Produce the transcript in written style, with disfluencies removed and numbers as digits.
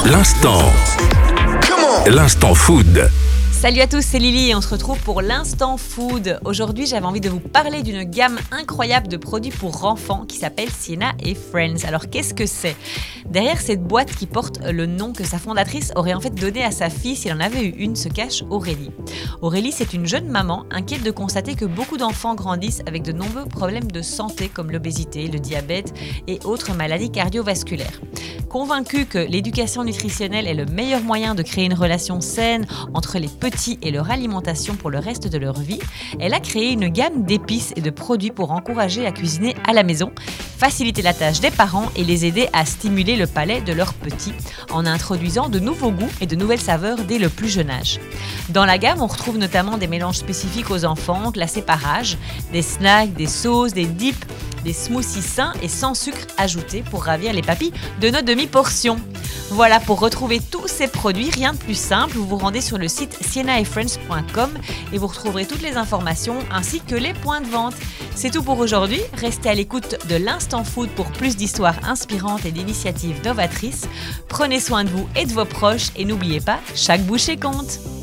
L'instant food. Salut à tous, c'est Lily et on se retrouve pour l'instant food. Aujourd'hui, j'avais envie de vous parler d'une gamme incroyable de produits pour enfants qui s'appelle Sienna & Friends. Alors, qu'est-ce que c'est ? Derrière cette boîte qui porte le nom que sa fondatrice aurait en fait donné à sa fille s'il en avait eu une se cache Aurélie. Aurélie, c'est une jeune maman inquiète de constater que beaucoup d'enfants grandissent avec de nombreux problèmes de santé comme l'obésité, le diabète et autres maladies cardiovasculaires. Convaincue que l'éducation nutritionnelle est le meilleur moyen de créer une relation saine entre les petits et leur alimentation pour le reste de leur vie, elle a créé une gamme d'épices et de produits pour encourager à cuisiner à la maison, faciliter la tâche des parents et les aider à stimuler le palais de leurs petits en introduisant de nouveaux goûts et de nouvelles saveurs dès le plus jeune âge. Dans la gamme, on retrouve notamment des mélanges spécifiques aux enfants, classés par âge, des snacks, des sauces, des dips, des smoothies sains et sans sucre ajouté pour ravir les papilles de nos demi-portions. Voilà, pour retrouver tous ces produits, rien de plus simple, vous vous rendez sur le site siennaandfriends.com et vous retrouverez toutes les informations ainsi que les points de vente. C'est tout pour aujourd'hui, restez à l'écoute de l'Instant Food pour plus d'histoires inspirantes et d'initiatives novatrices. Prenez soin de vous et de vos proches et n'oubliez pas, chaque bouchée compte.